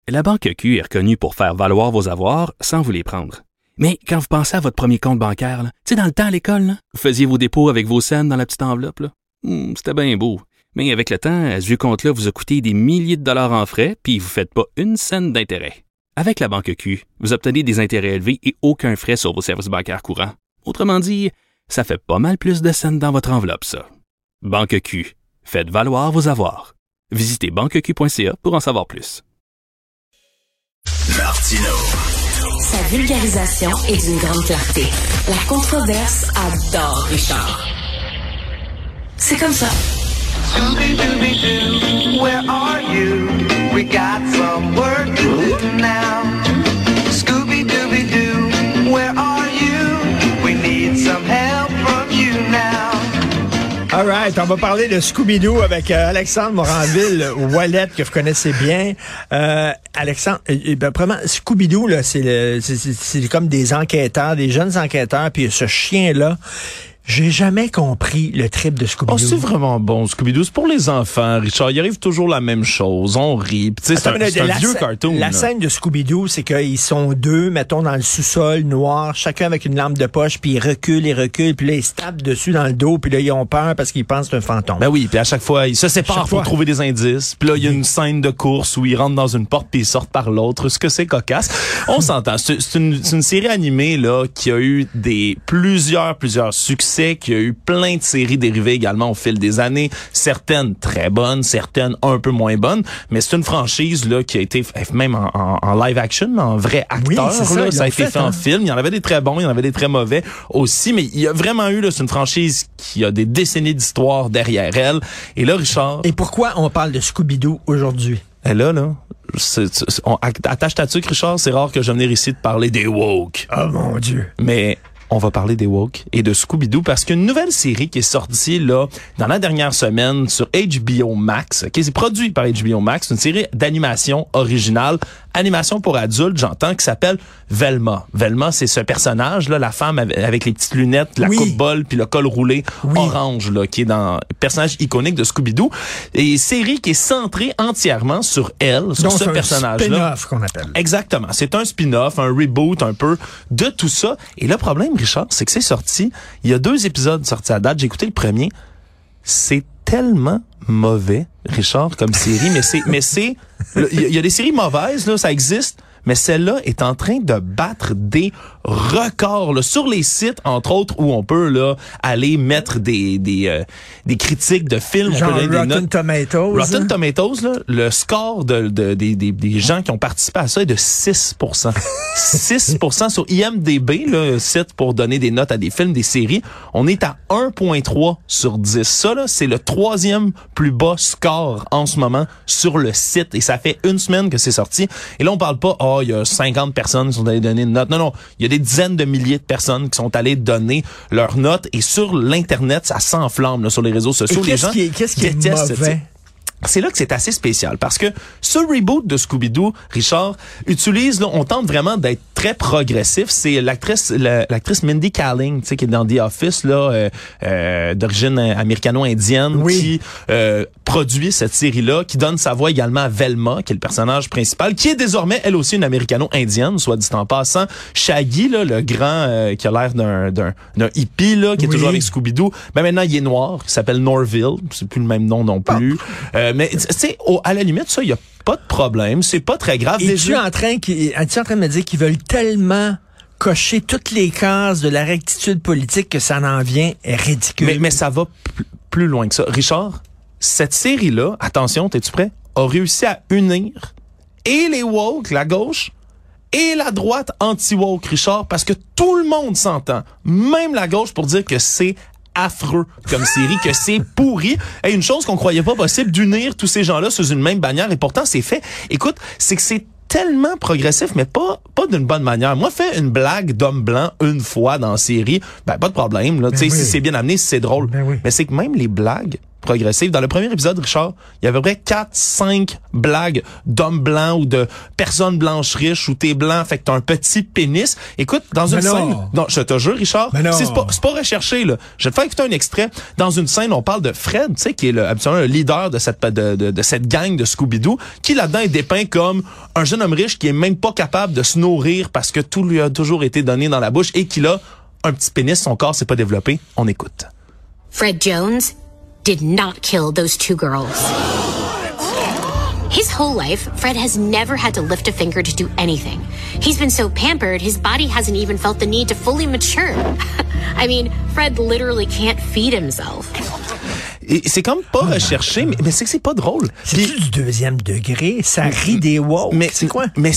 La Banque Q est reconnue pour faire valoir vos avoirs sans vous les prendre. Mais quand vous pensez à votre premier compte bancaire, tu sais, dans le temps à l'école, là, vous faisiez vos dépôts avec vos scènes dans la petite enveloppe. Là. C'était bien beau. Mais avec le temps, ce vieux compte-là vous a coûté des milliers de dollars en frais, puis vous ne faites pas une scène d'intérêt. Avec la Banque Q, vous obtenez des intérêts élevés et aucun frais sur vos services bancaires courants. Autrement dit, ça fait pas mal plus de scènes dans votre enveloppe, ça. Banque Q. Faites valoir vos avoirs. Visitez banqueq.ca pour en savoir plus. Martino. Sa vulgarisation est d'une grande clarté. La controverse adore Richard. C'est comme ça. Scooby-Dooby-Doo, where are you? We got some work to do now. Scooby-Dooby-Doo, where are you? We need some help from you now. All right, on va parler de Scooby-Doo avec Alexandre Moranville-Ouellette, que vous connaissez bien. Alexandre, vraiment, Scooby-Doo, là, c'est comme des enquêteurs, des jeunes enquêteurs, puis ce chien-là, j'ai jamais compris le trip de Scooby-Doo. Oh, c'est vraiment bon, Scooby-Doo. C'est pour les enfants, Richard. Il arrive toujours la même chose. On rit. Tu sais, c'est un vieux cartoon. La scène de Scooby-Doo, c'est qu'ils sont deux, mettons, dans le sous-sol, noir, chacun avec une lampe de poche, puis ils reculent, puis là, ils se tapent dessus dans le dos, puis là, ils ont peur parce qu'ils pensent que c'est un fantôme. Ben oui, puis à chaque fois, ils se séparent pour trouver des indices. Puis là, il y a une scène de course où ils rentrent dans une porte, puis ils sortent par l'autre. Ce que c'est cocasse. On s'entend. C'est une série animée, là, qui a eu plusieurs succès, qui a eu plein de séries dérivées également au fil des années, certaines très bonnes, certaines un peu moins bonnes, mais c'est une franchise là qui a été même en live action, en vrai acteur, oui, ça a été fait en film. Il y en avait des très bons, il y en avait des très mauvais aussi, mais il y a vraiment eu là, c'est une franchise qui a des décennies d'histoire derrière elle. Et là, Richard. Et pourquoi on parle de Scooby-Doo aujourd'hui? Et là, attache ta tuque, Richard, c'est rare que je vienne ici te parler des woke. Oh mon Dieu. Mais on va parler des woke et de Scooby-Doo parce qu'une nouvelle série qui est sortie là dans la dernière semaine sur HBO Max, qui est produite par HBO Max, une série d'animation originale, animation pour adultes, j'entends, qui s'appelle Velma. Velma, c'est ce personnage là, la femme avec les petites lunettes, la coupe-bol puis le col roulé orange là, qui est dans personnage iconique de Scooby-Doo. Et série qui est centrée entièrement sur elle, sur ce personnage-là. C'est un spin-off qu'on appelle. Exactement. C'est un spin-off, un reboot un peu de tout ça. Et le problème, Richard, c'est que c'est sorti. Il y a 2 épisodes sortis à date. J'ai écouté le premier. C'est tellement mauvais, Richard, comme série. mais c'est, il y a des séries mauvaises, là, ça existe. Mais celle-là est en train de battre des records là, sur les sites, entre autres, où on peut là aller mettre des critiques de films. Genre on peut donner Rotten Tomatoes. Rotten Tomatoes, là, le score des gens qui ont participé à ça est de 6%. 6% sur IMDb, le site pour donner des notes à des films, des séries. On est à 1.3 sur 10. Ça, là, c'est le 3e plus bas score en ce moment sur le site. Et ça fait 1 semaine que c'est sorti. Et là, on parle pas, il y a 50 personnes qui sont allées donner une note. Non, il y a des dizaines de milliers de personnes qui sont allées donner leur note. Et sur l'Internet, ça s'enflamme là, sur les réseaux sociaux. Et qu'est-ce qui est mauvais? C'est là que c'est assez spécial parce que ce reboot de Scooby-Doo, Richard, utilise, là, on tente vraiment d'être très progressif. C'est l'actrice Mindy Kaling, tu sais, qui est dans The Office, là, d'origine américano-indienne, qui produit cette série-là, qui donne sa voix également à Velma, qui est le personnage principal, qui est désormais, elle aussi, une américano-indienne, soit dit en passant. Shaggy, là, le grand, qui a l'air d'un hippie, là, qui est toujours avec Scooby-Doo, ben maintenant, il est noir, il s'appelle Norville, c'est plus le même nom non plus. Mais tu sais, à la limite, ça, il y a pas de problème, c'est pas très grave. Es-tu en train de me dire qu'ils veulent tellement cocher toutes les cases de la rectitude politique que ça en vient ridicule? Mais ça va plus loin que ça. Richard, cette série-là, attention, t'es-tu prêt, a réussi à unir et les woke, la gauche, et la droite anti-woke, Richard, parce que tout le monde s'entend, même la gauche, pour dire que c'est affreux comme série, que c'est pourri. Et une chose qu'on croyait pas possible, d'unir tous ces gens-là sous une même bannière, et pourtant c'est fait. Écoute, c'est que c'est tellement progressif, mais pas d'une bonne manière. Moi, fais une blague d'homme blanc une fois dans la série, ben pas de problème, là. Tu sais, si c'est bien amené, si c'est drôle. Mais c'est que même les blagues progressive. Dans le premier épisode, Richard, il y avait à peu près 4-5 blagues d'hommes blancs ou de personnes blanches riches où t'es blanc, fait que t'as un petit pénis. Écoute, dans une scène... Non, je te jure, Richard, c'est pas recherché, là. Je vais te faire écouter un extrait. Dans une scène, on parle de Fred, tu sais, qui est habituellement le leader de cette gang de Scooby-Doo, qui là-dedans est dépeint comme un jeune homme riche qui est même pas capable de se nourrir parce que tout lui a toujours été donné dans la bouche et qu'il a un petit pénis, son corps s'est pas développé. On écoute. Fred Jones did not kill those 2 girls. His whole life, Fred has never had to lift a finger to do anything. He's been so pampered, his body hasn't even felt the need to fully mature. I mean, Fred literally can't feed himself. Et c'est comme pas recherché, mais c'est que c'est pas drôle. C'est du deuxième degré, ça rit des woke. Mais c'est quoi? Mais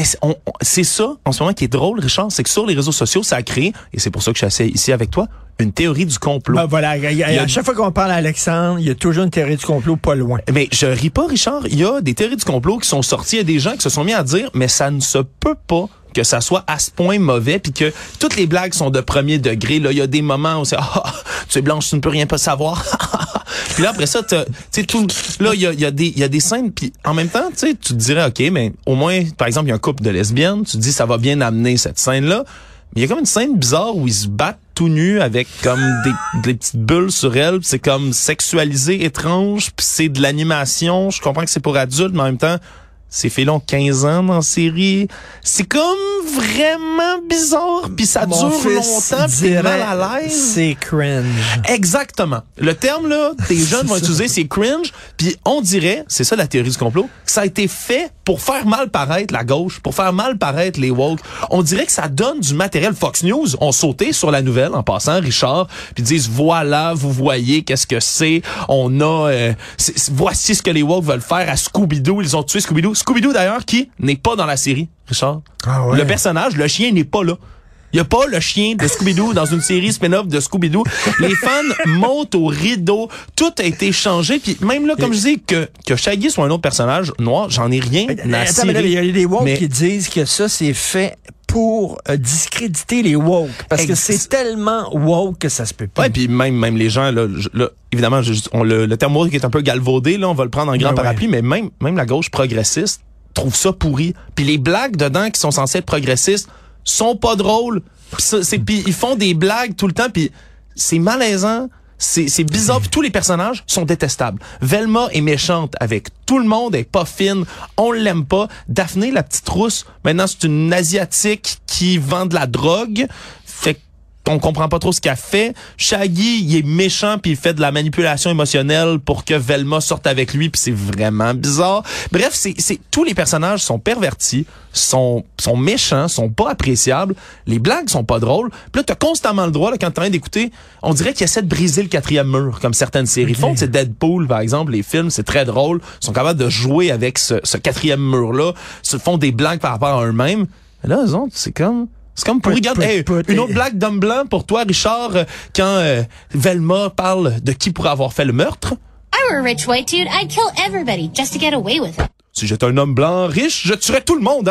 c'est ça, en ce moment, qui est drôle, Richard, c'est que sur les réseaux sociaux, ça a créé, et c'est pour ça que je suis assis ici avec toi, une théorie du complot. Voilà, à chaque fois qu'on parle à Alexandre, il y a toujours une théorie du complot pas loin. Mais je ris pas, Richard. Il y a des théories du complot qui sont sorties. Il y a des gens qui se sont mis à dire, mais ça ne se peut pas que ça soit à ce point mauvais, puis que toutes les blagues sont de premier degré. Là, il y a des moments où c'est tu es blanche, tu ne peux rien pas savoir. Puis là après ça, tu sais tout. Là, il y a des scènes. Puis en même temps, tu sais, tu te dirais ok, mais au moins, par exemple, il y a un couple de lesbiennes. Tu te dis ça va bien amener cette scène-là. Mais il y a comme une scène bizarre où ils se battent tout nus avec comme des petites bulles sur elles. C'est comme sexualisé, étrange. Puis c'est de l'animation. Je comprends que c'est pour adultes, mais en même temps, ces filles-là ont 15 ans dans la série. C'est comme vraiment bizarre, puis ça dure longtemps, puis t'es mal à l'aise. C'est cringe. Exactement. Le terme, là, tes jeunes vont utiliser, c'est cringe, puis on dirait, c'est ça la théorie du complot, que ça a été fait pour faire mal paraître la gauche, pour faire mal paraître les woke. On dirait que ça donne du matériel. Fox News ont sauté sur la nouvelle en passant, Richard, puis disent, voilà, vous voyez qu'est-ce que c'est. On a... voici ce que les woke veulent faire à Scooby-Doo. Ils ont tué Scooby-Doo. Scooby-Doo, d'ailleurs, qui n'est pas dans la série, Richard. Ah ouais. Le personnage, le chien, n'est pas là. Il y a pas le chien de Scooby-Doo dans une série spin-off de Scooby-Doo. Les fans montent au rideau. Tout a été changé. Puis même là, comme je dis, que Shaggy soit un autre personnage noir, j'en ai rien à cirer. Il y a des woke qui disent que ça, c'est fait pour discréditer les woke. Parce que c'est tellement woke que ça se peut pas. Ouais, puis même les gens, là évidemment, le terme woke est un peu galvaudé, là, on va le prendre en grand parapluie, mais même la gauche progressiste trouve ça pourri. Puis les blagues dedans qui sont censées être progressistes sont pas drôles. Puis ils font des blagues tout le temps, puis c'est malaisant. C'est bizarre, puis tous les personnages sont détestables. Velma est méchante avec tout le monde, elle est pas fine, on l'aime pas. Daphné, la petite rousse, maintenant c'est une asiatique qui vend de la drogue, fait qu'on comprend pas trop ce qu'elle fait. Shaggy, il est méchant puis il fait de la manipulation émotionnelle pour que Velma sorte avec lui, puis c'est vraiment bizarre. Bref, c'est tous les personnages sont pervertis, sont méchants, sont pas appréciables, les blagues sont pas drôles. Puis là t'as constamment le droit là, quand t'es en train d'écouter, on dirait qu'ils essaient de briser le 4e mur comme certaines séries font. C'est Deadpool par exemple, les films, c'est très drôle, ils sont capables de jouer avec ce 4e mur là, se font des blagues par rapport à eux-mêmes. Mais là eux autres, c'est comme pour regarder une autre blague d'homme blanc pour toi, Richard, quand Velma parle de qui pourrait avoir fait le meurtre. I were a rich white dude, I'd kill everybody just to get away with it. Si j'étais un homme blanc riche, je tuerais tout le monde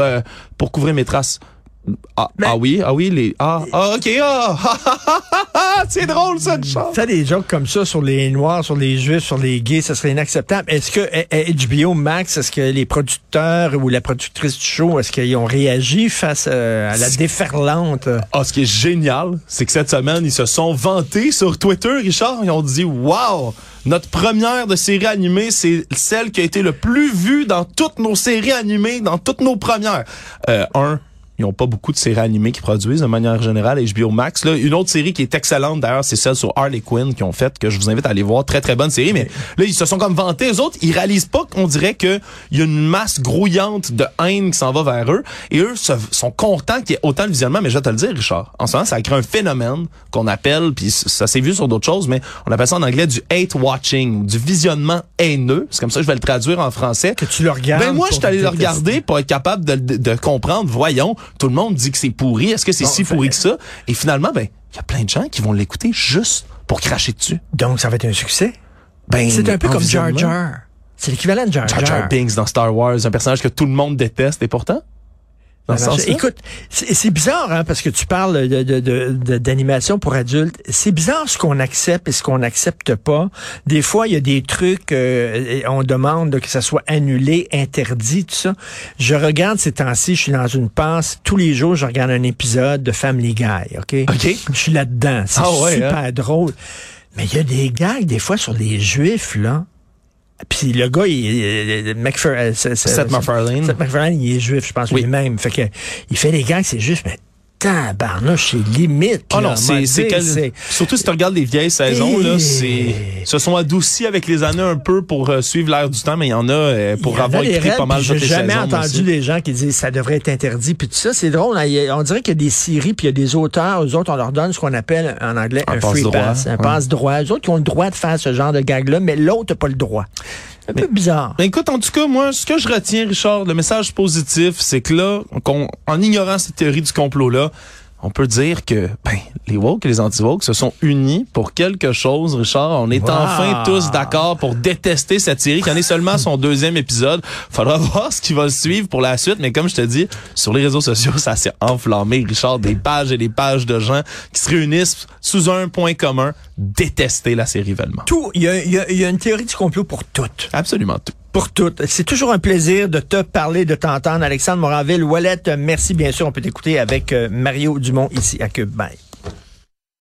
pour couvrir mes traces. C'est drôle ça, Richard. Ça, des jokes comme ça sur les Noirs, sur les Juifs, sur les gays, ça serait inacceptable. Est-ce que HBO Max, est-ce que les producteurs ou la productrice du show, est-ce qu'ils ont réagi face à la déferlante? Ce qui est génial, c'est que cette semaine, ils se sont vantés sur Twitter, Richard. Ils ont dit, wow, notre première de série animée, c'est celle qui a été le plus vue dans toutes nos séries animées, dans toutes nos premières. Ils n'ont pas beaucoup de séries animées qui produisent de manière générale, HBO Max. Là, une autre série qui est excellente, d'ailleurs, c'est celle sur Harley Quinn qu'ils ont faite, que je vous invite à aller voir. Très, très bonne série. Mais là, ils se sont comme vantés. Eux autres, ils réalisent pas qu'on dirait qu'il y a une masse grouillante de haine qui s'en va vers eux. Et eux sont contents qu'il y ait autant de visionnement. Mais je vais te le dire, Richard, en ce moment, ça a créé un phénomène qu'on appelle, puis ça s'est vu sur d'autres choses, mais on appelle ça en anglais du hate watching, du visionnement haineux. C'est comme ça que je vais le traduire en français. Que tu le regardes. Ben moi, je suis allé le regarder pour être capable de comprendre. Voyons, tout le monde dit que c'est pourri. Est-ce que c'est si pourri que ça? Et finalement, il y a plein de gens qui vont l'écouter juste pour cracher dessus. Donc, ça va être un succès? C'est un peu comme Jar Jar. C'est l'équivalent de Jar Jar. Jar Jar Binks dans Star Wars, un personnage que tout le monde déteste, et pourtant... dans ce sens-là. Écoute, c'est bizarre, hein, parce que tu parles d'animation pour adultes. C'est bizarre ce qu'on accepte et ce qu'on n'accepte pas. Des fois, il y a des trucs, on demande que ça soit annulé, interdit, tout ça. Je regarde ces temps-ci, je suis dans une passe. Tous les jours, je regarde un épisode de Family Guy, OK? Je suis là-dedans. C'est super drôle. Mais il y a des gags, des fois, sur les Juifs, là. Puis le gars, Seth MacFarlane, il est juif, je pense, lui-même. Fait que il fait des gags, c'est juif, mais tabarnouche, c'est limite. Oh non, surtout si tu regardes les vieilles saisons, là, se sont adoucis avec les années un peu pour suivre l'air du temps, mais il y en a pour avoir écrit pas mal d'autres saisons. J'ai jamais entendu des gens qui disent ça devrait être interdit, puis tout ça, c'est drôle. Hein, on dirait qu'il y a des séries, puis il y a des auteurs, eux autres, on leur donne ce qu'on appelle en anglais un free pass, un passe-droit. Eux autres, ils ont le droit de faire ce genre de gag-là, mais l'autre n'a pas le droit. Un peu bizarre. Mais écoute, en tout cas, moi, ce que je retiens, Richard, le message positif, c'est que là, en ignorant cette théorie du complot-là, on peut dire que les woke et les anti-woke se sont unis pour quelque chose, Richard. On est enfin tous d'accord pour détester cette série qui en est seulement son 2e épisode. Faudra voir ce qui va suivre pour la suite, mais comme je te dis, sur les réseaux sociaux, ça s'est enflammé, Richard, des pages et des pages de gens qui se réunissent sous un point commun, détester la série Velma. Il y a une théorie du complot pour toutes. Absolument tout. Pour toutes. C'est toujours un plaisir de te parler, de t'entendre. Alexandre Moranville, Ouellette, merci bien sûr. On peut t'écouter avec Mario Dumont ici à Cube. Bye.